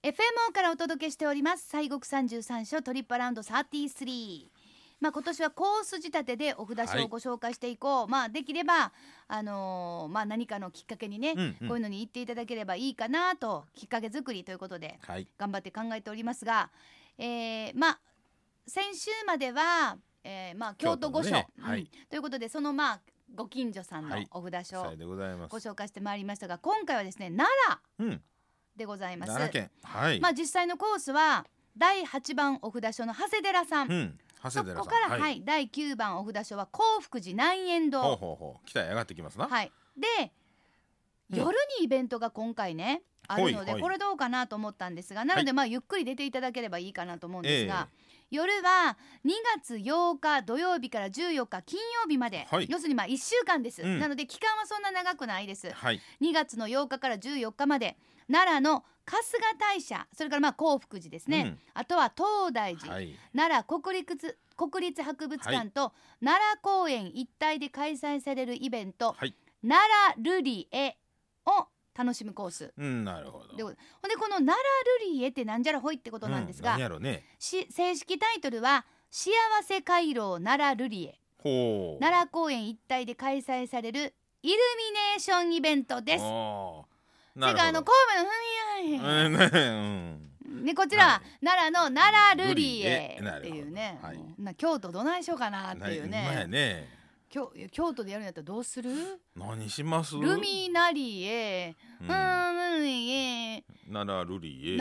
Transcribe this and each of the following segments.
FMO からお届けしております西国33所トリップアラウンド33。今年はコース仕立てでお札書をご紹介していこう、できれば、何かのきっかけにね、こういうのに行っていただければいいかなと、きっかけ作りということで、頑張って考えておりますが、先週までは、京都御所、ということでそのご近所さんのお札書をご紹介してまいりましたが、今回はですね奈良でございます。 奈良県、 実際のコースは第8番お札書の長谷寺さん、そこから、第9番お札書は興福寺南円堂、 北へ上がってきますな。 で、夜にイベントが今回ねあるので、これどうかなと思ったんですが、なのでゆっくり出ていただければいいかなと思うんですが、夜は2月8日土曜日から14日金曜日まで、要するに1週間です、なので期間はそんな長くないです、2月の8日から14日まで奈良の春日大社、それから興福寺ですね、あとは東大寺、奈良国立博物館と奈良公園一帯で開催されるイベント、奈良瑠璃会を楽しむコース。 なるほど。 ほんでこの奈良瑠璃会ってなんじゃらほいってことなんですが、正式タイトルは幸せ回廊奈良瑠璃会、奈良公園一帯で開催されるイルミネーションイベントです。それから神戸のこちらは奈良の奈良瑠璃会っていうね、京都どないしようかなっていうね。京都でやるんやったらどうする？ 何します？ ルミナリエ、奈良瑠璃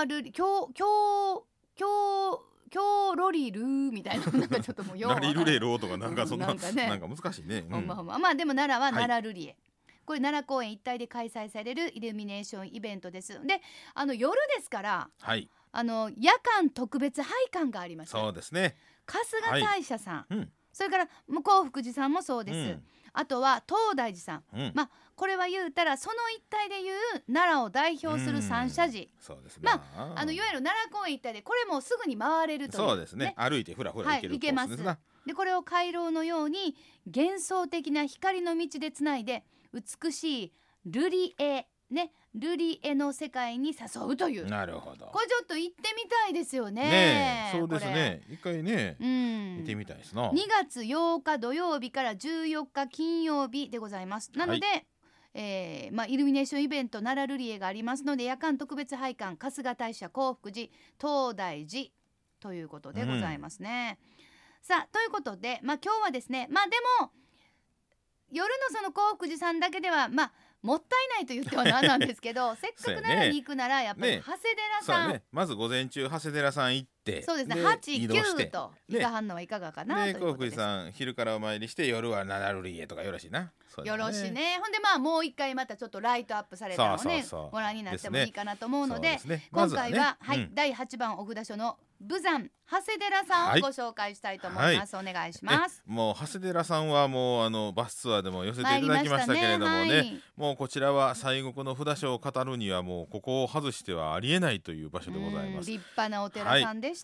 京ロリルみたいな、なんかちょっともうナリルレロとかなんかそんな、なんか難しいね。 でも奈良は奈良瑠璃会、これ奈良公園一帯で開催されるイルミネーションイベントです。で、夜ですから、夜間特別拝観があります。 そうですね。 春日大社さん、それから興福寺さんもそうです、あとは東大寺さん、これは言うたらその一帯でいう奈良を代表する三社寺、 そうですね。 いわゆる奈良公園一帯でこれもすぐに回れるという、 そうですね。歩いてふらふら行けます。 でこれを回廊のように幻想的な光の道でつないで美しい瑠璃会ね、瑠璃絵の世界に誘うという。 なるほど。 これちょっと行ってみたいですよね。 そうですね。一回ね、見てみたいですな。 2月8日土曜日から14日金曜日でございます。なので、イルミネーションイベント奈良瑠璃絵がありますので、夜間特別拝観春日大社興福寺東大寺ということでございますね。さあということで、今日はですね、でも夜のその興福寺さんだけではもったいないと言ってはなんなんですけどせっかく奈良に行くならやっぱり長谷寺さん、 まず午前中長谷寺さん行って、 そうですね、8、9と行かはんのはいかがかなということです。 興福寺さん昼からお参りして夜は奈良瑠璃会とかよろしいな。 よろしいね。ほんでもう一回またちょっとライトアップされたのをねご覧になってもいいかなと思うので、今回は第8番お札書の武山長谷寺さんをご紹介したいと思います。お願いします。 もう長谷寺さんはもうバスツアーでも寄せていただきましたけれどもね、もうこちらは西国の札所を語るにはもうここを外してはありえないという場所でございます。 立派なお寺さんでした。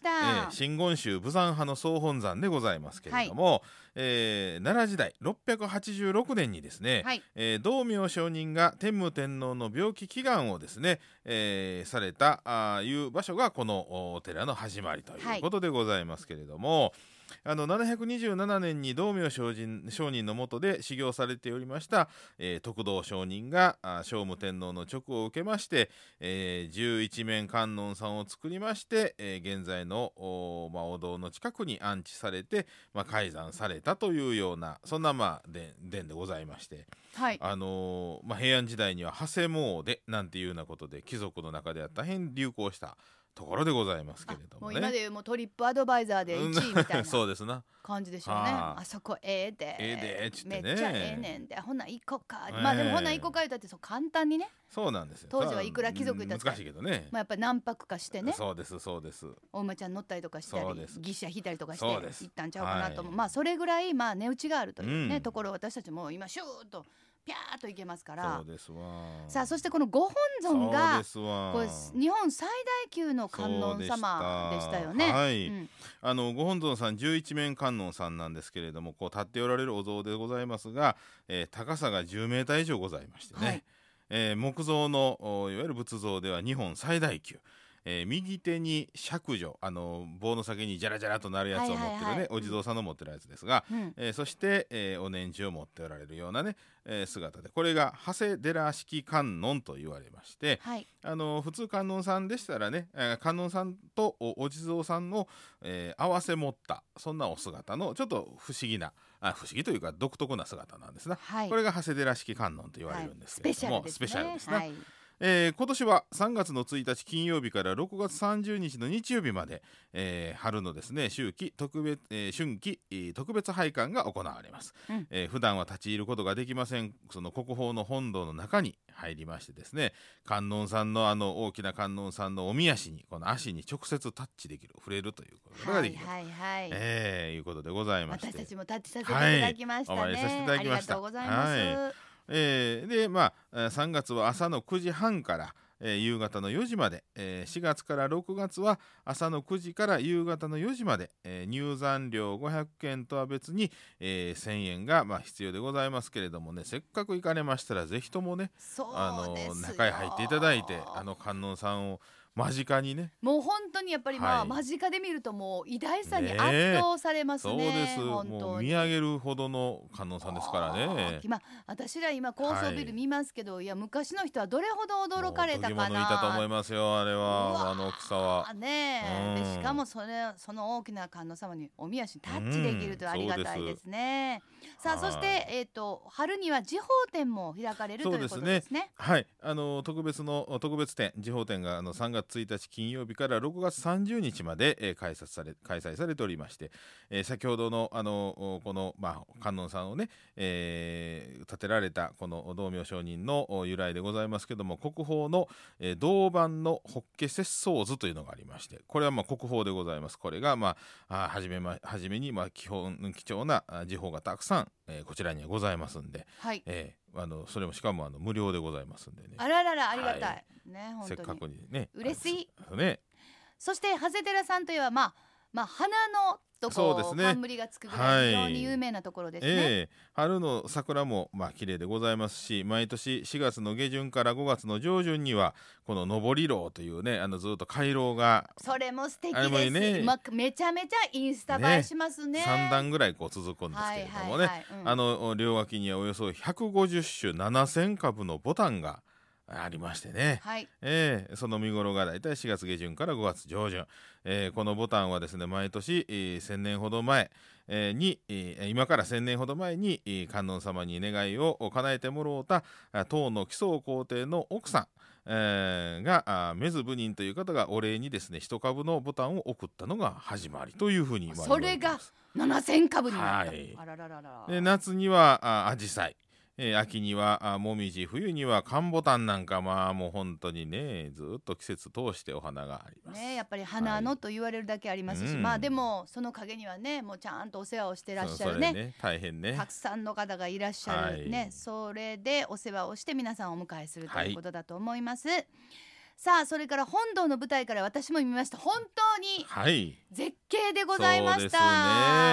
真言宗武山派の総本山でございますけれども、奈良時代686年にですね、道明上人が天武天皇の病気祈願をですね、されたいう場所がこのお寺の始まりということでございますけれども、727年に道明上人の下で修行されておりました、徳道上人が聖武天皇の勅を受けまして、11面観音さんを作りまして、現在のお堂の近くに安置されて、開山されたというようなそんな殿でございまして、平安時代には長谷詣なんていうようなことで貴族の中では大変流行したところでございますけれどもね。 もう今でいうもうトリップアドバイザーで1位みたいなそうですな感じでしょうね。あそこでっつってね、 めっちゃねんでほな行こうか、でもほな行こうか言ったってそう簡単にね。 そうなんですよ。 当時はいくら貴族いたって難しいけどね、 やっぱり何泊かしてね。 そうですお馬ちゃん乗ったりとかしたり牛車引いたりとかして行ったんちゃうかなと思う。それぐらい値打ちがあるというね、ところを私たちも今シューッとピャーっといけますから。 そうですわ。 さあそしてこのご本尊がこれ日本最大級の観音様でしたよね。 ご本尊さん11面観音さんなんですけれども、こう立っておられるお像でございますが、高さが10メーター以上ございましてね、木造のいわゆる仏像では日本最大級、 右手に尺女、棒の先にジャラジャラとなるやつを持ってるね、 はいはいはい、 お地蔵さんの持ってるやつですが、 うん、 そして、お年中を持っておられるようなね、姿で、これが長谷寺式観音と言われまして、 はい、 普通観音さんでしたらね、観音さんと お地蔵さんの、合わせ持ったそんなお姿のちょっと不思議な、不思議というか独特な姿なんですな、 はい、 これが長谷寺式観音と言われるんですけれども、スペシャルですね。 はい、 今年は3月の1日金曜日から6月30日の日曜日まで、春のですね春季特別拝観が行われます、 うん、 普段は立ち入ることができませんその国宝の本堂の中に入りましてですね、観音さんの大きな観音さんのおみ足にこの足に直接タッチできる、触れるということができる、 はいはいはい、 いうことでございまして、 私たちもタッチさせていただきましたね、 お参りさせていただきました。 ありがとうございます、 はい、で3月は朝の9時半から、夕方の4時まで、4月から6月は朝の9時から夕方の4時まで、入山料500円とは別に、1000円が、必要でございますけれどもね、せっかく行かれましたらぜひともね、中へ入っていただいて観音さんを間近にね、 もう本当にやっぱり間近で見るともう偉大さに圧倒されますね。 そうです。もう見上げるほどの観音さんですからね。 私ら今高層ビル見ますけど、いや昔の人はどれほど驚かれたかな。 度肝抜いたと思いますよ、あれは。大きさはねでしかもその大きな観音様におみ足タッチできるとありがたいですね。さあそして、春には時報展も開かれるということですね。 はい、特別展、時報展が3月1日金曜日から6月30日まで、開催されておりまして、先ほどのこの、観音さんをね、建てられたこの道明上人の由来でございますけども、国宝の、銅板の法華摂相図というのがありまして、これは国宝でございます。これがはじめに貴重な時報がたくさん、こちらにはございますんで、 はい、 それもしかも無料でございますんでね。 あららら、ありがたい、ね、本当にせっかくにね、 嬉しいね。 そして長谷寺さんといえば花のとこ冠がつくぐらい非常に有名なところですね。 春の桜も綺麗でございますし、毎年4月の下旬から5月の上旬にはこの上り廊というね、ずっと回廊が、 それも素敵です、ね、めちゃめちゃインスタ映えしますね。 3段ぐらい続くんですけれどもね、両脇にはおよそ150種7000株のボタンがありましてね、 はい、 その見頃がだいたい4月下旬から5月上旬、このボタンはですね、毎年、1000年ほど前、今から1000年ほど前に観音様に願いを叶えてもろうた当の奇想皇帝の奥さん、がメズ部人という方がお礼にですね一株のボタンを送ったのが始まりというふうにそれが7000株になった、 はい、 あらららら。 で夏にはアジサイ、秋にはもみじ、冬には寒ボタンなんか、もう本当にねずっと季節通してお花がありますね。やっぱり花のと言われるだけありますし、でもその陰にはねもうちゃんとお世話をしてらっしゃる ね大変ねたくさんの方がいらっしゃる、ね、それでお世話をして皆さんをお迎えするということだと思います、さあそれから本堂の舞台から私も見ました。本当に絶景でございました、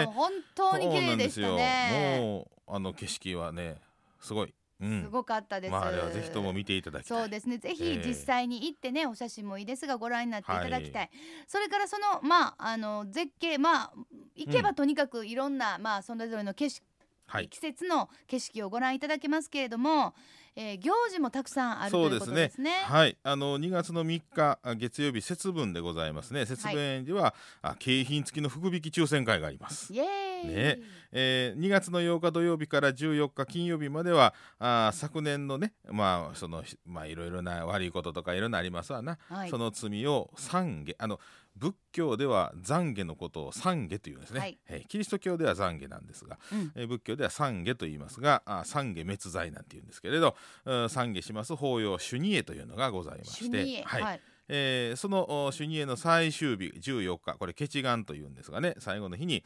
本当に綺麗でしたね。 もう景色はねすごい、 すごかったです。 あれはぜひとも見ていただきたい。 そうですね、ぜひ実際に行ってね、お写真もいいですがご覧になっていただきたい、それからその絶景行けばとにかくいろんな、それぞれの景色、季節の景色をご覧いただけますけれども、行事もたくさんあるということですね。 はい、2月の3日月曜日節分でございますね。節分園寺は、景品付きの福引き抽選会があります。 イエーイ、 2月の8日土曜日から14日金曜日までは昨年のねいろいろな悪いこととかいろんなありますわな、その罪を懺悔、仏教では懺悔のことを懺悔というんですね、キリスト教では懺悔なんですが、仏教では懺悔と言いますが、懺悔滅罪なんて言うんですけれど、懺悔します法要修二会というのがございまして、その修二会の最終日14日、これケチガンというんですがね、最後の日に、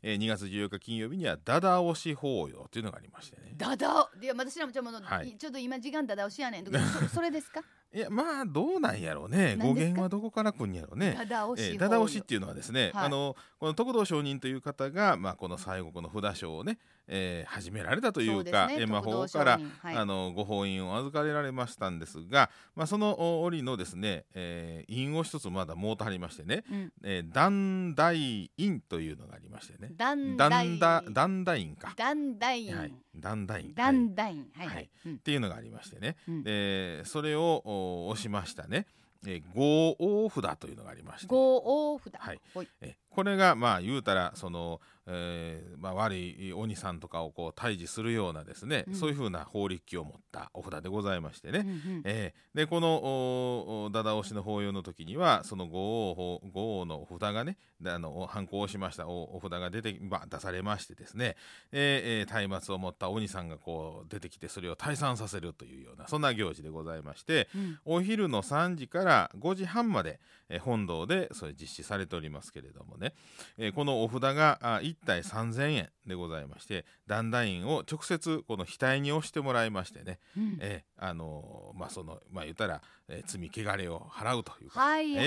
2月14日金曜日にはダダ押し法要というのがありましてね。 ダダいや私らもちょっと今時間ダダ押しやねんとかそれですか？ いやまあどうなんやろうね。語源はどこから来んやろうね。 ダダ押し法要、 ダダ押しっていうのはですね、 はい、 この徳道上人という方が、この西国の札所をね、始められたというか、閻魔法から、ご法印を預かれられましたんですが、その折のですね、印を一つまだもうとはりましてね、断代印というのがありましてね。断代印か。 断代印、 はい、断代印、 断代印、はい、 っていうのがありましてね。それを押しましたね。五王札というのがありまして、 五王札、 はい、これが言うたらその、悪い鬼さんとかをこう退治するようなですね、そういうふうな法力を持ったお札でございましてね、でこのダダ押しの法要の時にはその五王のお札がね、ハンコを押しましたお札が出されましてですね、松明を持った鬼さんがこう出てきてそれを退散させるというようなそんな行事でございまして、お昼の3時から5時半まで本堂でそれ実施されておりますけれどもね、このお札が1体3000円でございまして、断代印を直接この額に押してもらいましてね、その言ったら、罪汚れを払うというか、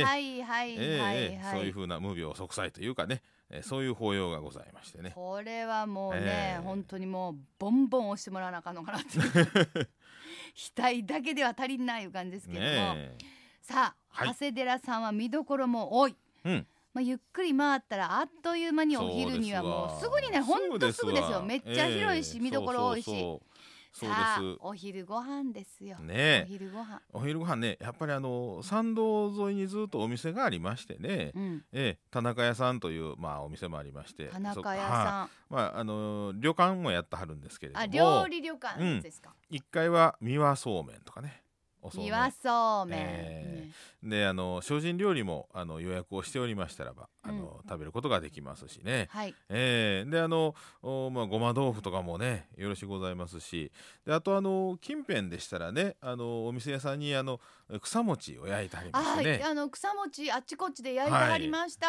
そういうふうな無病息災というかね、そういう法要がございましてね。 これはもうね、本当にもうボンボン押してもらわなあかんのかなって額だけでは足りないいう感じですけども、さあ、長谷寺さんは見どころも多い、ゆっくり回ったらあっという間にお昼にはもうすぐにね、ほんとすぐですよ。めっちゃ広いし、見どころ多いし。さあ、お昼ご飯ですよ。 ね、 お昼ご飯ね、やっぱり参道沿いにずっとお店がありましてね、田中屋さんというお店もありまして、 田中屋さん、旅館もやってはるんですけれども、 料理旅館ですか。 1階は三輪そうめんとかね、 三輪そうめん、 で精進料理も予約をしておりましたらば食べることができますしね、でごま豆腐とかもねよろしゅうございますし、であと近辺でしたらねお店屋さんに草餅を焼いてはりましてね、 草餅あっちこっちで焼いてはりました、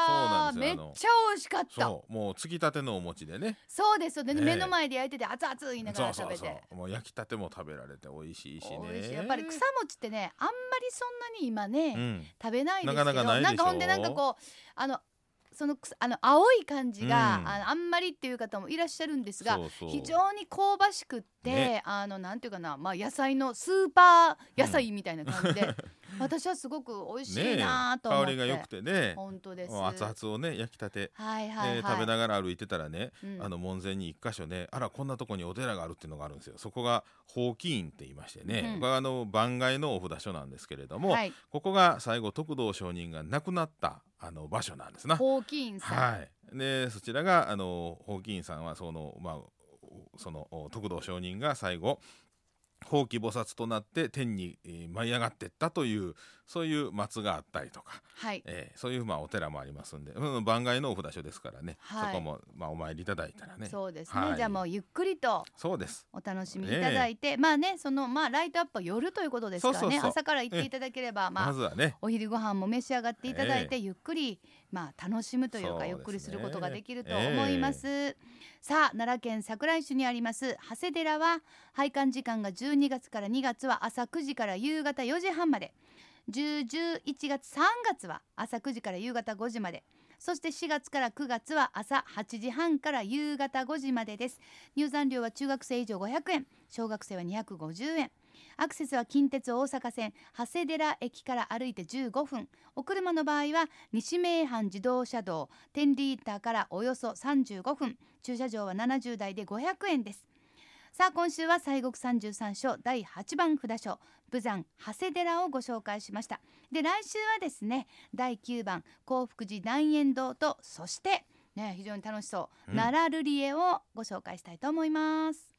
めっちゃ美味しかった。 もうつきたてのお餅でね、 そうですよね、目の前で焼いてて熱々言いながら食べて、 もう焼きたても食べられて美味しいしね。 やっぱり草餅ってね、あんまりそんなに今ね、食べないですけど、 なかなかないでしょ。 なんかほんでこうその青い感じが、あんまりっていう方もいらっしゃるんですが、非常に香ばしくって、なんていうかな、野菜のスーパー野菜みたいな感じで、私はすごく美味しいなと思って、 香りが良くてね、 本当です。 熱々をね焼きたて、食べながら歩いてたらね、門前に一箇所ね、あらこんなとこにお寺があるっていうのがあるんですよ。そこが宝起院って言いましてね、これは番外のお札所なんですけれども、ここが最後徳道上人が亡くなった場所なんですな。 宝起院さん、 でそちらが宝起院さんはその徳道上人が最後ほうき菩薩となって天に舞い上がっていったというそういう松があったりとか、そういうお寺もありますんで、番外のお札所ですからね、そこもお参りいただいたらね。 そうですね、じゃあもうゆっくりとお楽しみいただいて、そのライトアップは夜ということですからね、朝から行っていただければ、 まずはねお昼ご飯も召し上がっていただいて、ゆっくり楽しむというか、ゆっくりすることができると思います。さあ、奈良県桜井市にあります長谷寺は拝観時間が12月から2月は朝9時から夕方4時半まで、11月3月は朝9時から夕方5時まで、そして4月から9月は朝8時半から夕方5時までです。入山料は中学生以上500円、小学生は250円。アクセスは近鉄大阪線長谷寺駅から歩いて15分、お車の場合は西名阪自動車道10リーターからおよそ35分、駐車場は70台で500円です。さあ、今週は西国33所第8番札所武山長谷寺をご紹介しました。で、来週はですね、第9番興福寺南円堂と、そして、非常に楽しそう、奈良瑠璃会をご紹介したいと思います。